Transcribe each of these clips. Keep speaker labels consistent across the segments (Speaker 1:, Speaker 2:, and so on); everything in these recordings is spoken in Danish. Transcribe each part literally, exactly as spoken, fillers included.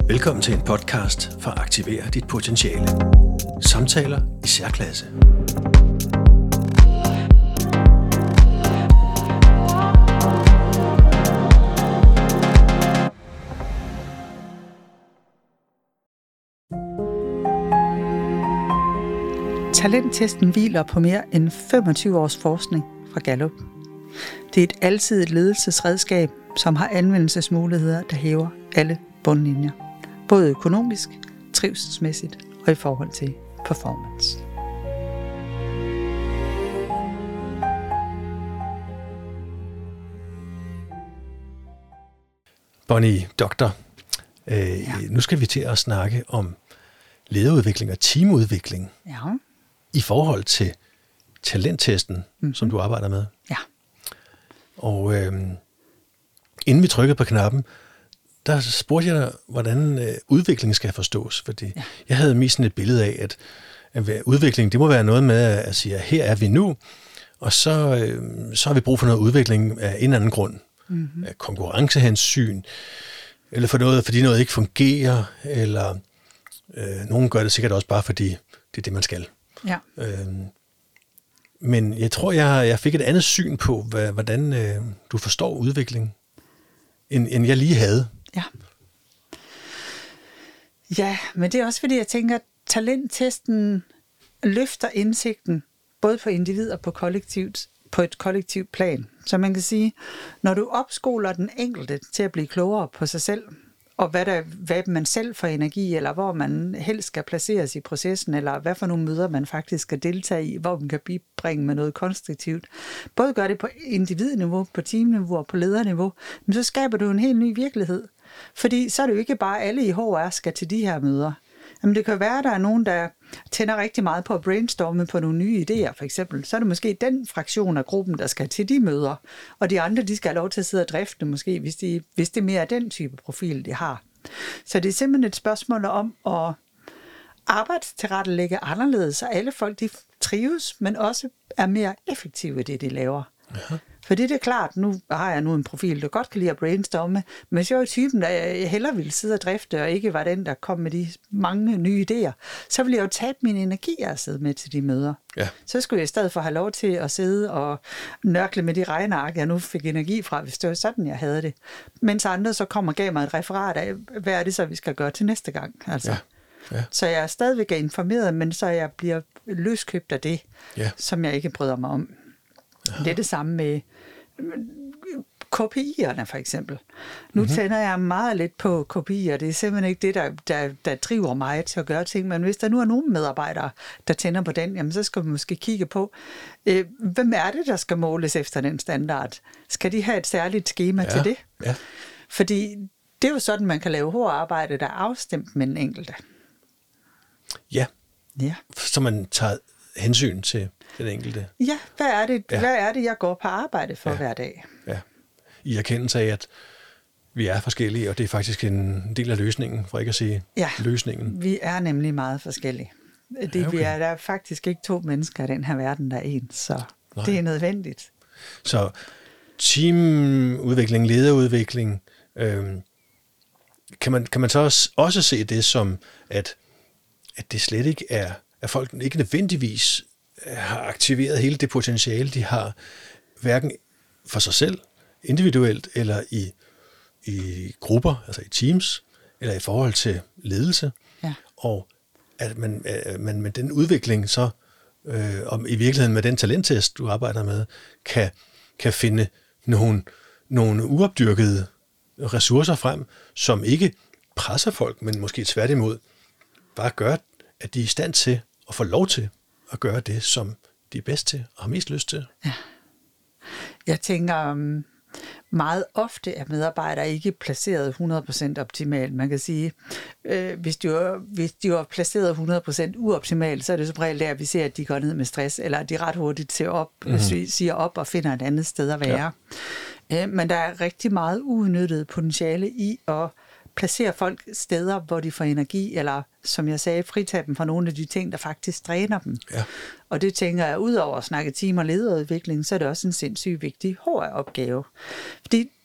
Speaker 1: Velkommen til en podcast for at aktivere dit potentiale. Samtaler i særklasse.
Speaker 2: Talenttesten hviler på mere end femogtyve års forskning fra Gallup. Det er et alsidigt ledelsesredskab, som har anvendelsesmuligheder, der hæver alle bundlinjer. Både økonomisk, trivselsmæssigt og i forhold til performance.
Speaker 1: Bonnie, doktor, øh, ja. Nu skal vi til at snakke om lederudvikling og teamudvikling.
Speaker 2: Ja.
Speaker 1: I forhold til talenttesten, mm-hmm. som du arbejder med.
Speaker 2: Ja.
Speaker 1: Og øh, inden vi trykkede på knappen, der spurgte jeg dig, hvordan øh, udvikling skal forstås. Fordi ja. jeg havde mest sådan et billede af, at, at udvikling, det må være noget med at sige, at her er vi nu, og så, øh, så har vi brug for noget udvikling af en anden grund. Mm-hmm. Af konkurrencehensyn, eller for noget, fordi noget ikke fungerer, eller øh, nogen gør det sikkert også bare, fordi det er det, man skal.
Speaker 2: Ja.
Speaker 1: Øhm, men jeg tror, jeg, jeg fik et andet syn på, hvad, hvordan øh, du forstår udvikling, end, end jeg lige havde.
Speaker 2: Ja. Ja, men det er også fordi, jeg tænker, at talenttesten løfter indsigten, både på individ og på, kollektivt, på et kollektivt plan. Så man kan sige, når du opskoler den enkelte til at blive klogere på sig selv, og hvad, der, hvad man selv får energi, eller hvor man helst skal placeres i processen, eller hvad for nogle møder man faktisk skal deltage i, hvor man kan bibringe med noget konstruktivt. Både gør det på individniveau, på teamniveau og på lederniveau, men så skaber du en helt ny virkelighed. Fordi så er det jo ikke bare alle i H R skal til de her møder. Jamen det kan være, at der er nogen, der tænder rigtig meget på at brainstorme på nogle nye idéer, for eksempel. Så er det måske den fraktion af gruppen, der skal til de møder, og de andre, de skal have lov til at sidde og drifte, måske, hvis, de, hvis det mere er den type profil, de har. Så det er simpelthen et spørgsmål om at arbejdstilrettelægge anderledes, så alle folk de trives, men også er mere effektive i det, de laver. Ja. Fordi det er klart, nu har jeg nu en profil, der godt kan lide at brainstorme, men hvis jeg var typen, der hellere ville sidde og drifte, og ikke var den, der kom med de mange nye idéer, så ville jeg jo tabe min energi af at sidde med til de møder. Ja. Så skulle jeg i stedet for have lov til at sidde og nørkle med de regneark, jeg nu fik energi fra, hvis det var sådan, jeg havde det. Mens andre så kommer og gav mig et referat af, hvad er det så, vi skal gøre til næste gang. Altså. Ja. Ja. Så jeg er stadigvæk informeret, men så jeg bliver løskøbt af det, ja. som jeg ikke bryder mig om. Aha. Det er det samme med K P I'erne for eksempel. Nu mm-hmm. tænder jeg meget lidt på K P I'er. Det er simpelthen ikke det, der, der, der driver mig til at gøre ting. Men hvis der nu er nogle medarbejdere, der tænder på den, jamen så skal vi måske kigge på, øh, hvem er det, der skal måles efter den standard? Skal de have et særligt schema ja. til det? Ja. Fordi det er jo sådan, man kan lave H R-arbejde, der er afstemt med den enkelte.
Speaker 1: Ja.
Speaker 2: Ja.
Speaker 1: Så man tager hensyn til den enkelte.
Speaker 2: Ja, hvad er det, ja. hvad er det jeg går på arbejde for ja. hver dag?
Speaker 1: Ja. I erkendelse af, at vi er forskellige, og det er faktisk en del af løsningen, for ikke at sige
Speaker 2: ja.
Speaker 1: løsningen.
Speaker 2: Vi er nemlig meget forskellige. Det, ja, okay. vi er, der er faktisk ikke to mennesker i den her verden, der er en, så Nej. det er nødvendigt.
Speaker 1: Så teamudvikling, lederudvikling, øh, kan, man, kan man så også, også se det som, at, at det slet ikke er, at folk ikke nødvendigvis har aktiveret hele det potentiale, de har, hverken for sig selv, individuelt, eller i, i grupper, altså i teams, eller i forhold til ledelse. Ja. Og at man, at man med den udvikling så, øh, og i virkeligheden med den talenttest, du arbejder med, kan, kan finde nogle, nogle uopdyrkede ressourcer frem, som ikke presser folk, men måske tværtimod bare gør, at de er i stand til at få lov til at gøre det, som de er bedst til og har mest lyst til.
Speaker 2: Ja. Jeg tænker, meget ofte er medarbejdere ikke placeret hundrede procent optimalt. Man kan sige, øh, hvis, de var, hvis de var placeret hundrede procent uoptimalt, så er det som regel der, at vi ser, at de går ned med stress, eller at de ret hurtigt ser op, mm-hmm. siger op og finder et andet sted at være. Ja. Øh, men der er rigtig meget uudnyttet potentiale i at placere folk steder, hvor de får energi, eller som jeg sagde, fritage dem fra nogle af de ting, der faktisk dræner dem. Ja. Og det tænker jeg, udover at snakke team- og lederudvikling, så er det også en sindssygt vigtig H R-opgave. Fordi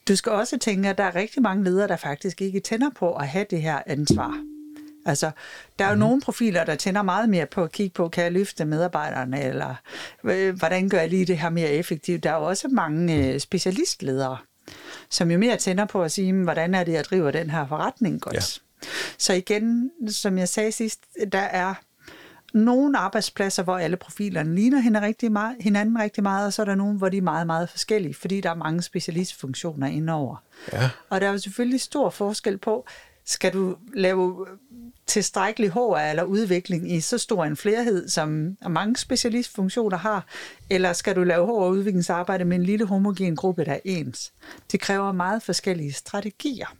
Speaker 2: du skal også tænke, at der er rigtig mange ledere, der faktisk ikke tænder på at have det her ansvar. Altså, der er jo mm. nogle profiler, der tænder meget mere på at kigge på, kan jeg løfte medarbejderne, eller øh, hvordan gør jeg lige det her mere effektivt. Der er jo også mange øh, specialistledere, som jo mere tænder på at sige, hvordan er det, jeg driver den her forretning godt. Ja. Så igen, som jeg sagde sidst, der er nogle arbejdspladser, hvor alle profilerne ligner hinanden rigtig meget, hinanden rigtig meget, og så er der nogle, hvor de er meget, meget forskellige, fordi der er mange specialistfunktioner indover. Ja. Og der er jo selvfølgelig stor forskel på, skal du lave tilstrækkelig H R eller udvikling i så stor en flerhed, som mange specialistfunktioner har, eller skal du lave H R udviklingsarbejde med en lille homogen gruppe, der er ens? Det kræver meget forskellige strategier.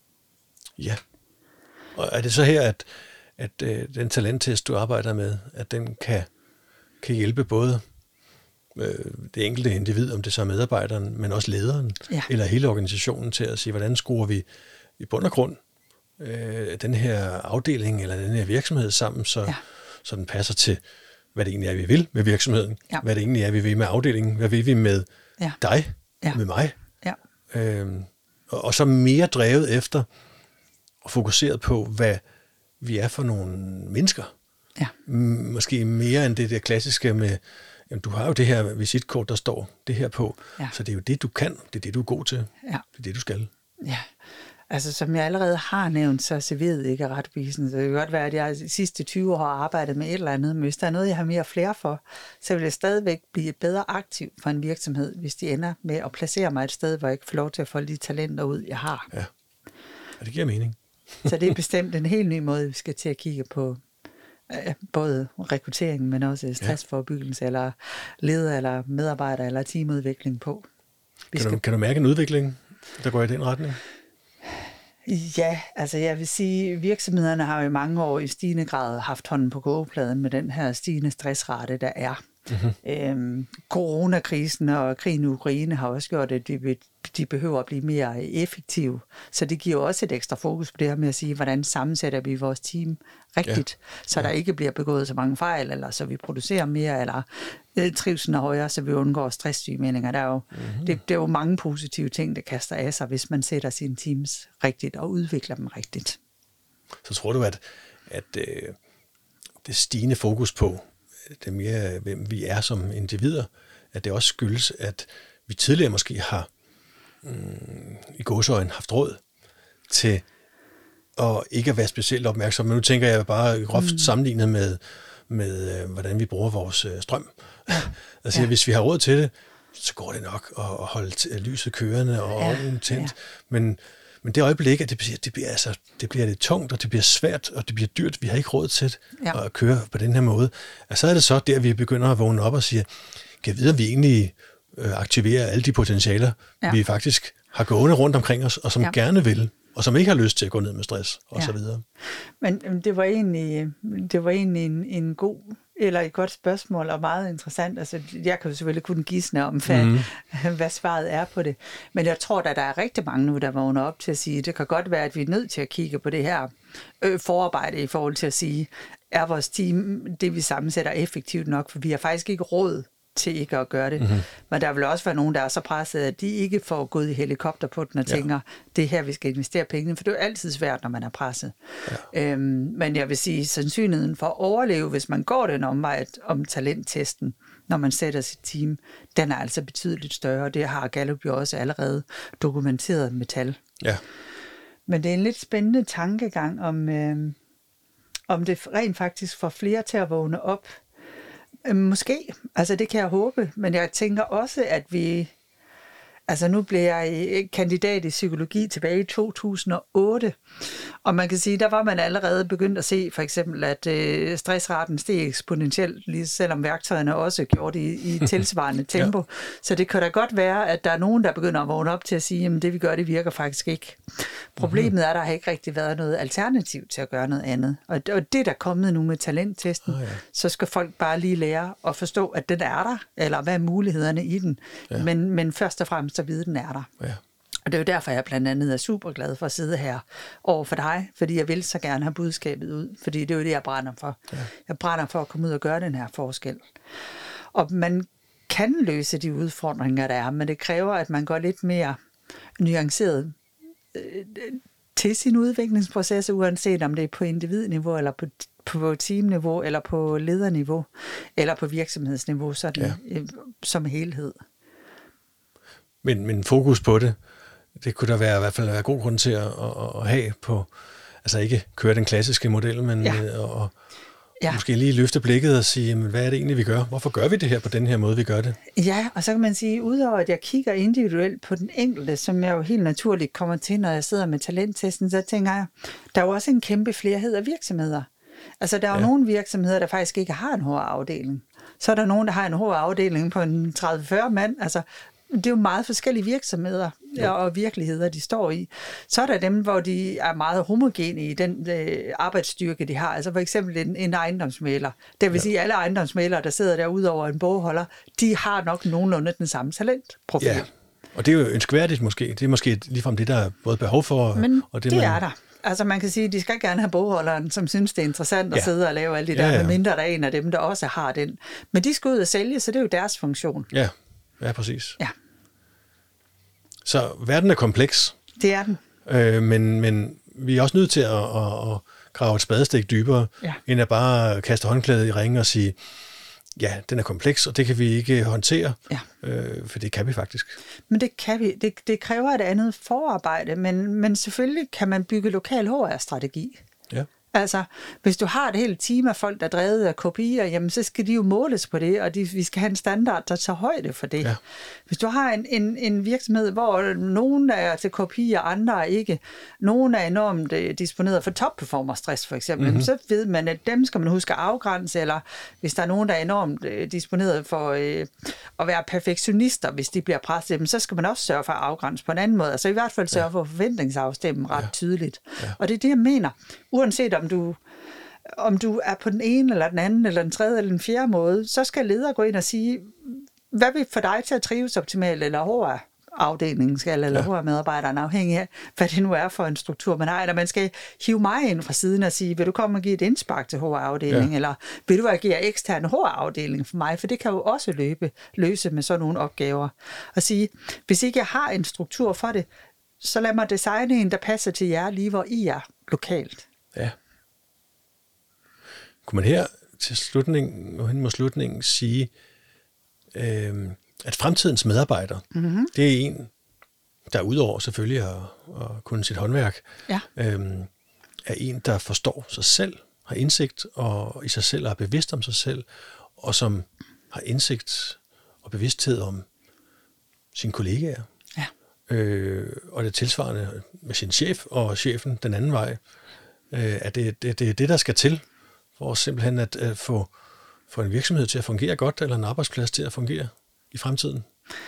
Speaker 2: Ja.
Speaker 1: Og er det så her, at, at øh, den talenttest, du arbejder med, at den kan, kan hjælpe både øh, det enkelte individ, om det så er medarbejderen, men også lederen, ja. Eller hele organisationen til at sige, hvordan skruer vi i bund og grund øh, den her afdeling eller den her virksomhed sammen, så, ja. Så den passer til, hvad det egentlig er, vi vil med virksomheden, ja. Hvad det egentlig er, vi vil med afdelingen, hvad vil vi med ja. Dig, ja. Med mig. Ja. Øhm, og, og så mere drevet efter og fokuseret på, hvad vi er for nogle mennesker. Ja. M- måske mere end det der klassiske med, jamen, du har jo det her visitkort, der står det her på, ja. Så det er jo det, du kan, det er det, du er god til, ja. Det er det, du skal.
Speaker 2: Ja. Altså, som jeg allerede har nævnt, så er C V'et ikke retvisende. Så det kan godt være, at jeg de sidste tyve år har arbejdet med et eller andet, men hvis der er noget, jeg har mere flere for, så vil jeg stadigvæk blive et bedre aktiv for en virksomhed, hvis de ender med at placere mig et sted, hvor jeg ikke får lov til at folde de talenter ud, jeg har.
Speaker 1: Ja, og det giver mening.
Speaker 2: Så det er bestemt en helt ny måde, vi skal til at kigge på øh, både rekruttering, men også stressforebyggelse, ja. Eller leder, eller medarbejder, eller teamudvikling på.
Speaker 1: Vi kan, skal... du, kan du mærke en udvikling, der går i den retning?
Speaker 2: Ja, altså jeg vil sige, at virksomhederne har jo i mange år i stigende grad haft hånden på kogepladen med den her stigende stressrate, der er. Mm-hmm. Øhm, coronakrisen og krigen i Ukraine har også gjort, at de, de behøver at blive mere effektive. Så det giver også et ekstra fokus på det her med at sige, hvordan sammensætter vi vores team rigtigt, ja. Så der ja. Ikke bliver begået så mange fejl, eller så vi producerer mere, eller øh, trivslen er højere, så vi undgår stresssygemeldinger. Der er jo, mm-hmm. det, det er jo mange positive ting, der kaster af sig, hvis man sætter sine teams rigtigt og udvikler dem rigtigt.
Speaker 1: Så tror du, at, at øh, det stigende fokus på det mere, hvem vi er som individer, at det også skyldes, at vi tidligere måske har mm, i gåseøjne haft råd til at ikke at være specielt opmærksom. Men nu tænker jeg bare groft mm. sammenlignet med, med øh, hvordan vi bruger vores øh, strøm. Altså, ja. Hvis vi har råd til det, så går det nok at, at holde t- lyset kørende og ja. Ovnen tændt. Ja. Men Men det øjeblik, at det bliver, det, bliver, altså, det bliver lidt tungt, og det bliver svært, og det bliver dyrt, vi har ikke råd til ja. At køre på den her måde, og så er det så der, vi begynder at vågne op og sige, kan jeg vide, at vi egentlig øh, aktiverer alle de potentialer, ja. Vi faktisk har gående rundt omkring os, og som ja. Gerne vil, og som ikke har lyst til at gå ned med stress, og ja. Så videre. Men
Speaker 2: det var egentlig, det var egentlig en, en god, eller et godt spørgsmål, og meget interessant. Altså, jeg kan jo selvfølgelig kun gisne om, hvad, mm. hvad svaret er på det. Men jeg tror, at der er rigtig mange nu, der vågner op til at sige, det kan godt være, at vi er nødt til at kigge på det her øh, forarbejde i forhold til at sige, er vores team det, vi sammensætter effektivt nok, for vi har faktisk ikke råd til ikke at gøre det. Mm-hmm. Men der vil også være nogen, der er så presset, at de ikke får gået i helikopter på den og tænker, ja. Det er her, vi skal investere pengene, for det er jo altid svært, når man er presset. Ja. Øhm, men jeg vil sige, sandsynligheden for at overleve, hvis man går den omvej om talenttesten, når man sætter sit team, den er altså betydeligt større, det har Gallup jo også allerede dokumenteret med tal. Ja. Men det er en lidt spændende tankegang, om, øh, om det rent faktisk får flere til at vågne op. Måske, altså det kan jeg håbe, men jeg tænker også, at vi, altså nu blev jeg kandidat i psykologi tilbage i to tusind og otte, og man kan sige, der var man allerede begyndt at se for eksempel, at øh, stressraten steg eksponentielt, lige selvom værktøjerne også gjorde det i, i tilsvarende tempo. Ja. Så det kan da godt være, at der er nogen, der begynder at vågne op til at sige, at det vi gør, det virker faktisk ikke. Problemet mm-hmm. er, at der har ikke rigtig været noget alternativ til at gøre noget andet. Og det, og det er der kommet nu med talenttesten, oh, ja. Så skal folk bare lige lære at forstå, at den er der, eller hvad er mulighederne i den. Ja. Men, men først og fremmest at vide, at den er der. Ja. Og det er jo derfor, jeg blandt andet er super glad for at sidde her over for dig, fordi jeg vil så gerne have budskabet ud, fordi det er jo det, jeg brænder for. Ja. Jeg brænder for at komme ud og gøre den her forskel. Og man kan løse de udfordringer, der er, men det kræver, at man går lidt mere nuanceret øh, til sin udviklingsproces, uanset om det er på individniveau, eller på, på teamniveau, eller på lederniveau, eller på virksomhedsniveau, sådan, ja. øh, som helhed.
Speaker 1: Men, men fokus på det, det kunne der være, i hvert fald være god grund til at, at, at have på, altså ikke køre den klassiske model, men ja. og, ja. måske lige løfte blikket og sige, jamen, hvad er det egentlig, vi gør? Hvorfor gør vi det her på den her måde, vi gør det?
Speaker 2: Ja, og så kan man sige, udover at jeg kigger individuelt på den enkelte, som jeg jo helt naturligt kommer til, når jeg sidder med talenttesten, så tænker jeg, der er jo også en kæmpe flerhed af virksomheder. Altså, der er jo ja. nogle virksomheder, der faktisk ikke har en H R-afdeling. Så er der nogen, der har en H R-afdeling på en tredive til fyrre mand, altså det er jo meget forskellige virksomheder ja. og virkeligheder, de står i. Så er der dem, hvor de er meget homogene i den øh, arbejdsstyrke, de har. Altså for eksempel en, en ejendomsmægler. Det vil ja. sige, at alle ejendomsmæglere, der sidder der ud over en bogholder, de har nok nogenlunde den samme talentprofil.
Speaker 1: Ja, og det er jo ønskværdigt måske. Det er måske ligefrem det, der er både behov for.
Speaker 2: Men
Speaker 1: og
Speaker 2: det,
Speaker 1: det
Speaker 2: man...
Speaker 1: man...
Speaker 2: er der. Altså man kan sige, at de skal gerne have bogholderen, som synes, det er interessant at ja. sidde og lave alle de der,
Speaker 1: ja, ja.
Speaker 2: medmindre der er en af dem, der også har den. Men de skal ud og sælge, så det er jo deres funktion.
Speaker 1: Ja, ja præcis.
Speaker 2: Ja.
Speaker 1: Så verden er kompleks.
Speaker 2: Det er den.
Speaker 1: Øh, men, men vi er også nødt til at, at, at grave et spadestik dybere, ja. end at bare kaste håndklædet i ringen og sige, ja, den er kompleks, og det kan vi ikke håndtere, ja. øh, for det kan vi faktisk.
Speaker 2: Men det kan vi. Det, det kræver et andet forarbejde, men, men selvfølgelig kan man bygge lokal H R-strategi. Ja. Altså, hvis du har et helt team af folk, der er drevet af kopier, jamen så skal de jo måles på det, og de, vi skal have en standard, der tager højde for det. Ja. Hvis du har en, en, en virksomhed, hvor nogen er til kopier, andre er ikke, nogen er enormt uh, disponeret for top-performer-stress for eksempel, mm-hmm. så ved man, at dem skal man huske at afgrænse, eller hvis der er nogen, der er enormt uh, disponeret for uh, at være perfektionister, hvis de bliver presset, så skal man også sørge for at afgrænse på en anden måde. Altså i hvert fald sørge ja. for at forventningsafstemme ret ja. tydeligt. Ja. Og det er det, jeg mener. Uanset om du, om du er på den ene, eller den anden, eller den tredje, eller den fjerde måde, så skal leder gå ind og sige, hvad vil få dig til at trives optimalt, eller H R-afdelingen skal, eller ja. H R-medarbejderen, afhængig af, hvad det nu er for en struktur, man har. Eller man skal hive mig ind fra siden og sige, vil du komme og give et indspark til H R-afdelingen, ja. eller vil du agere ekstern H R-afdeling for mig, for det kan jo også løbe, løse med sådan nogle opgaver. Og sige, hvis ikke jeg har en struktur for det, så lad mig designe en, der passer til jer, lige hvor I er lokalt.
Speaker 1: Ja. Kunne man her til slutningen, og hen mod slutningen, sige, øh, at fremtidens medarbejder, mm-hmm. det er en, der udover selvfølgelig at, at kunne sit håndværk, ja. øh, er en, der forstår sig selv, har indsigt og i sig selv er bevidst om sig selv, og som har indsigt og bevidsthed om sine kollegaer. Ja. Øh, og det tilsvarende med sin chef og chefen den anden vej. Øh, at det, det, det er det, der skal til, for simpelthen at, at få, få en virksomhed til at fungere godt, eller en arbejdsplads til at fungere i fremtiden.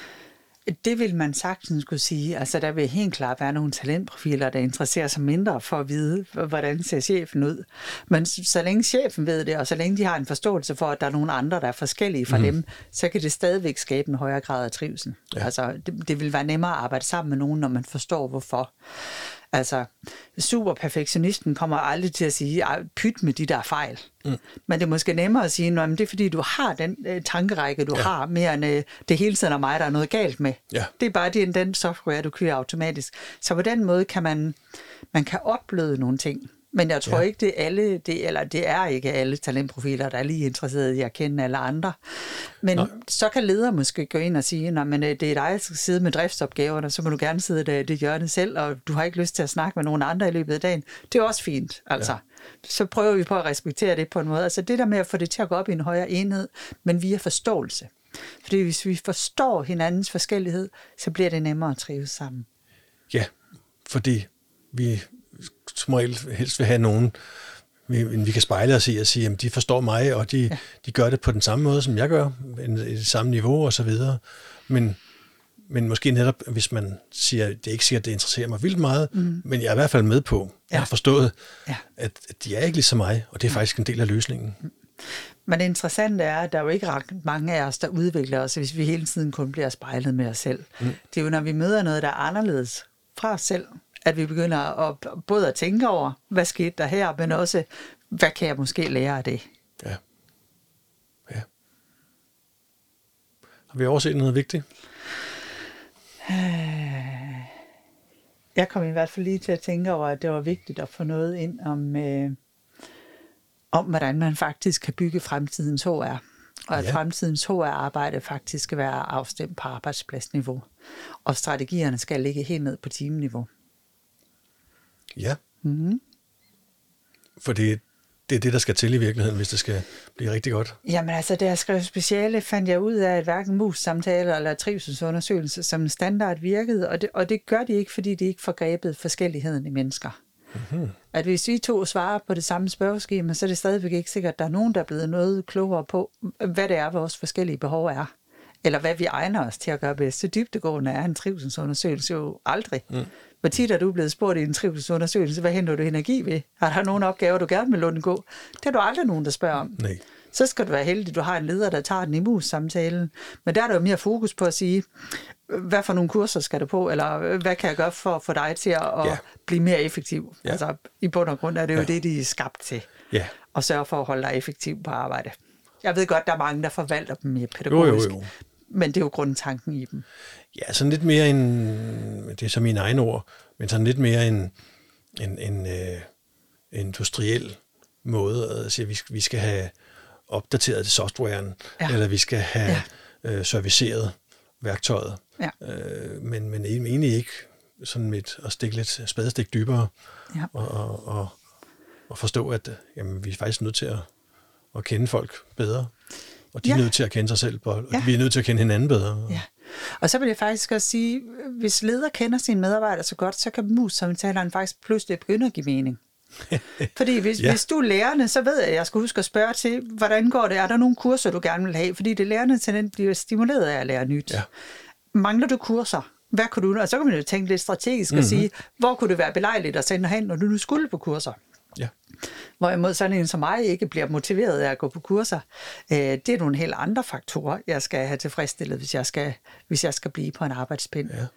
Speaker 2: Det vil man sagtens kunne sige. Altså, der vil helt klart være nogle talentprofiler, der interesserer sig mindre for at vide, hvordan ser chefen ud. Men så længe chefen ved det, og så længe de har en forståelse for, at der er nogle andre, der er forskellige fra mm. dem, så kan det stadigvæk skabe en højere grad af trivsel. Ja. Altså, det, det vil være nemmere at arbejde sammen med nogen, når man forstår, hvorfor. Altså, superperfektionisten kommer aldrig til at sige, pyt med de der fejl. Mm. Men det er måske nemmere at sige, at det er fordi, du har den øh, tankerække, du ja. har, mere end øh, det hele tiden er mig, der er noget galt med. Ja. Det er bare det, den software, du kører automatisk. Så på den måde kan man, man kan opbløde nogle ting. Men jeg tror ja. ikke, det er alle, det, eller det er ikke alle talentprofiler, der er lige interesserede i at kende alle andre. Men Nå. så kan ledere måske gå ind og sige, at det er dig, der skal sidde med driftsopgaverne, så må du gerne sidde det, det hjørne selv, og du har ikke lyst til at snakke med nogen andre i løbet af dagen. Det er også fint, altså. Ja. Så prøver vi på at respektere det på en måde. Altså det der med at få det til at gå op i en højere enhed, men via forståelse. Fordi hvis vi forstår hinandens forskellighed, så bliver det nemmere at trives sammen. Ja, fordi vi som regel helst vil have nogen, vi, vi kan spejle os i og sige, at de forstår mig, og de, ja. de gør det på den samme måde, som jeg gør, i det samme niveau og så videre. Men, men måske netop, hvis man siger, det er ikke sikkert, det interesserer mig vildt meget, mm. men jeg er i hvert fald med på, ja. jeg har forstået, ja. at, at de er ikke ligesom mig, og det er faktisk en del af løsningen. Men det interessante er, at der er jo ikke ret mange af os, der udvikler os, hvis vi hele tiden kun bliver spejlet med os selv. Mm. Det er jo, når vi møder noget, der er anderledes fra os selv, at vi begynder at både at tænke over, hvad skete der her, men også, hvad kan jeg måske lære af det? Ja. Ja. Har vi overset noget vigtigt? Øh... Jeg kom i hvert fald lige til at tænke over, at det var vigtigt at få noget ind om, øh, om hvordan man faktisk kan bygge fremtidens H R. Og at ja. fremtidens H R-arbejde faktisk skal være afstemt på arbejdspladsniveau. Og strategierne skal ligge helt ned på teamniveau.
Speaker 1: Ja.
Speaker 2: Mm-hmm.
Speaker 1: For det, det er det, der skal til i virkeligheden, hvis det skal blive rigtig godt.
Speaker 2: Jamen altså, da jeg skrev speciale, fandt jeg ud af, at hverken mus-samtaler eller trivselsundersøgelser som standard virkede. Og det, og det gør de ikke, fordi de ikke får grebet forskelligheden i mennesker. Mm-hmm. At hvis vi to svarer på det samme spørgeskema, så er det stadigvæk ikke sikkert, at der er nogen, der er blevet noget klogere på, hvad det er, vores forskellige behov er. Eller hvad vi egner os til at gøre bedst. Så dybdegående er en trivselsundersøgelse jo aldrig. Mm. Hvor tit er du blevet spurgt i en trivselsundersøgelse, hvad henter du energi ved? Har der nogle opgaver, du gerne vil lade gå? Det er du aldrig nogen, der spørger om.
Speaker 1: Nej.
Speaker 2: Så skal du være heldig, du har en leder, der tager den i mus-samtalen. Men der er der jo mere fokus på at sige, hvad for nogle kurser skal du på, eller hvad kan jeg gøre for at få dig til at
Speaker 1: ja.
Speaker 2: blive mere effektiv? Ja. Altså i bund og grund er det jo
Speaker 1: ja.
Speaker 2: det, de er skabt til.
Speaker 1: Ja.
Speaker 2: Og sørge for at holde dig effektiv på arbejde. Jeg ved godt, der er mange, der forvalter dem mere pædagogisk. Jo, jo, jo. Men det er jo grundtanken i dem.
Speaker 1: Ja, sådan lidt mere en, det er så mine egne ord, men sådan lidt mere en, en, en øh, industriel måde at sige, at vi, vi skal have opdateret softwaren, ja. eller vi skal have ja. øh, serviceret værktøjet. Ja. Øh, men, men egentlig ikke sådan med at stikke lidt spadestik dybere, ja. og, og, og, og forstå, at jamen, vi er faktisk nødt til at, at kende folk bedre. Og de er ja. nødt til at kende sig selv, og ja. vi er nødt til at kende hinanden bedre.
Speaker 2: Ja. Og så vil jeg faktisk også sige, hvis leder kender sine medarbejdere så godt, så kan mus-samtaleren faktisk pludselig begynde at give mening. Fordi hvis, ja. hvis du er lærerne, så ved jeg, at jeg skal huske at spørge til, hvordan går det? Er der nogle kurser, du gerne vil have? Fordi det lærerne til den bliver stimuleret af at lære nyt. Ja. Mangler du kurser? Hvad kunne du? Og så kan man jo tænke lidt strategisk mm-hmm. og sige, hvor kunne det være belejligt at sende hen, når du nu skulle på kurser? Ja. Hvorimod sådan en som mig ikke bliver motiveret af at gå på kurser. Øh, det er nogle helt andre faktorer, jeg skal have tilfredsstillet, hvis jeg skal, hvis jeg skal blive på en arbejdspind. Ja.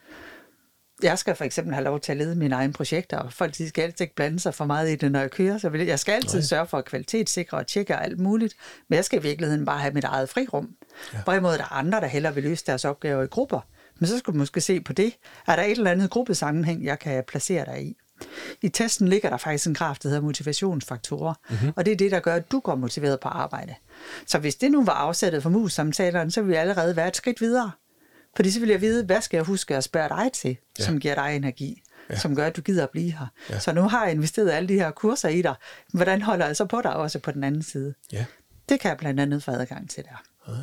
Speaker 2: Jeg skal for eksempel have lov til at lede mine egne projekter, og folk de skal altid ikke blande sig for meget i det, når jeg kører. Så jeg skal altid Nej. sørge for at kvalitetssikre og tjekke alt muligt, men jeg skal i virkeligheden bare have mit eget frirum. Ja. Hvorimod der er andre, der hellere vil løse deres opgaver i grupper. Men så skal du måske se på det. Er der et eller andet gruppesammenhæng, jeg kan placere dig i? I testen ligger der faktisk en graf, der hedder motivationsfaktorer, mm-hmm. og det er det, der gør, at du går motiveret på arbejde. Så hvis det nu var afsættet for mus-samtalerne, så ville jeg allerede være et skridt videre. Fordi så vil jeg vide, hvad skal jeg huske at spørge dig til, ja. som giver dig energi, ja. som gør, at du gider at blive her. Ja. Så nu har jeg investeret alle de her kurser i dig. Hvordan holder jeg så på dig også på den anden side? Ja. Det kan jeg blandt andet få adgang til der. Ah.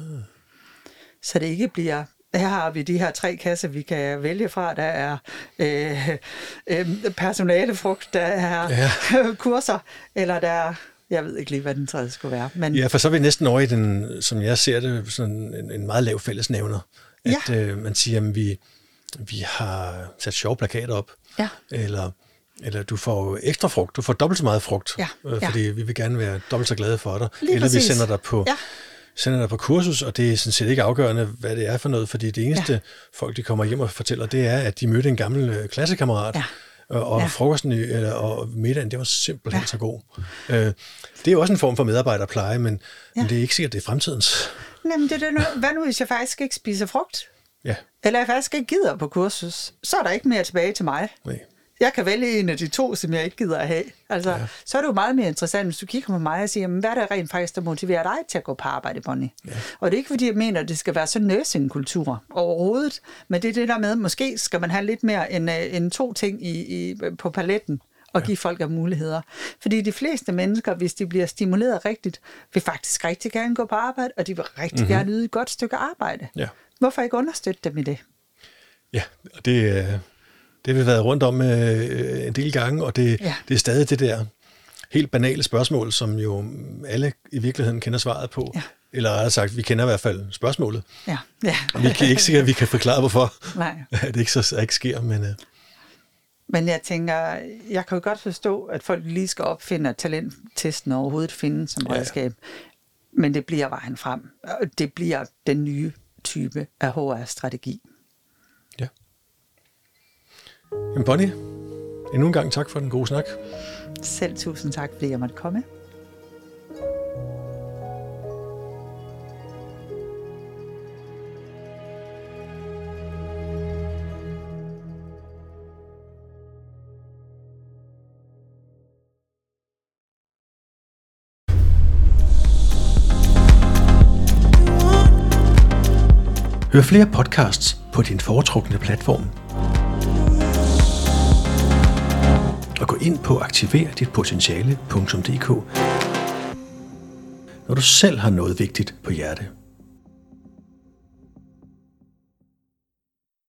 Speaker 2: Så det ikke bliver... Her har vi de her tre kasser, vi kan vælge fra. Der er øh, øh, personalefrugt, der er ja. kurser, eller der er, jeg ved ikke lige, hvad den tredje skulle være. Men...
Speaker 1: Ja, for så er vi næsten over i den, som jeg ser det, sådan en, en meget lav fællesnævner. At ja. øh, man siger, at vi, vi har sat sjove plakater op, ja. eller, eller du får ekstra frugt, du får dobbelt så meget frugt, ja. Øh, fordi ja. vi vil gerne være dobbelt så glade for dig. Lige eller præcis. Vi sender dig på... Ja. sender dig på kursus, og det er sådan set ikke afgørende, hvad det er for noget, fordi det eneste ja. folk, de kommer hjem og fortæller, det er, at de mødte en gammel klassekammerat, ja. og, og ja. frokosten eller, og middagen, det var simpelthen ja. så god. Øh, det er jo også en form for medarbejderpleje, men, ja. men det er ikke sikkert, det er fremtidens.
Speaker 2: Jamen, det er nu, hvad nu, hvis jeg faktisk ikke spiser frugt? Ja. Eller jeg faktisk ikke gider på kursus? Så er der ikke mere tilbage til mig. Nej. Jeg kan vælge en af de to, som jeg ikke gider at have. Altså, ja. Så er det jo meget mere interessant, hvis du kigger på mig og siger, jamen, hvad er der rent faktisk, der motiverer dig til at gå på arbejde, Bonnie? Ja. Og det er ikke, fordi jeg mener, at det skal være så nursing-kultur overhovedet, men det er det der med, måske skal man have lidt mere end, end to ting i, i, på paletten og ja. give folk af muligheder. Fordi de fleste mennesker, hvis de bliver stimuleret rigtigt, vil faktisk rigtig gerne gå på arbejde, og de vil rigtig mm-hmm. gerne yde et godt stykke arbejde. Ja. Hvorfor ikke understøtte dem i det?
Speaker 1: Ja, og det er... Det har vi været rundt om øh, en del gange, og det, ja. det er stadig det der helt banale spørgsmål, som jo alle i virkeligheden kender svaret på. Ja. Eller rettere sagt, vi kender i hvert fald spørgsmålet. Ja. Ja. Og vi kan ikke sikkert, at vi kan forklare, hvorfor Nej. at det ikke, så, ikke sker. Men, øh.
Speaker 2: men jeg tænker, jeg kan jo godt forstå, at folk lige skal opfinde, at talenttesten overhovedet findes som redskab. Ja. Men det bliver vejen frem. Det bliver den nye type af H R-strategi.
Speaker 1: Jamen Bonnie, endnu en gang tak for den gode snak.
Speaker 2: Selv tusind tak, fordi jeg måtte komme.
Speaker 1: Hør flere podcasts på din foretrukne platform. Og gå ind på aktiver dit potentiale punktum d k, når du selv har noget vigtigt på hjerte.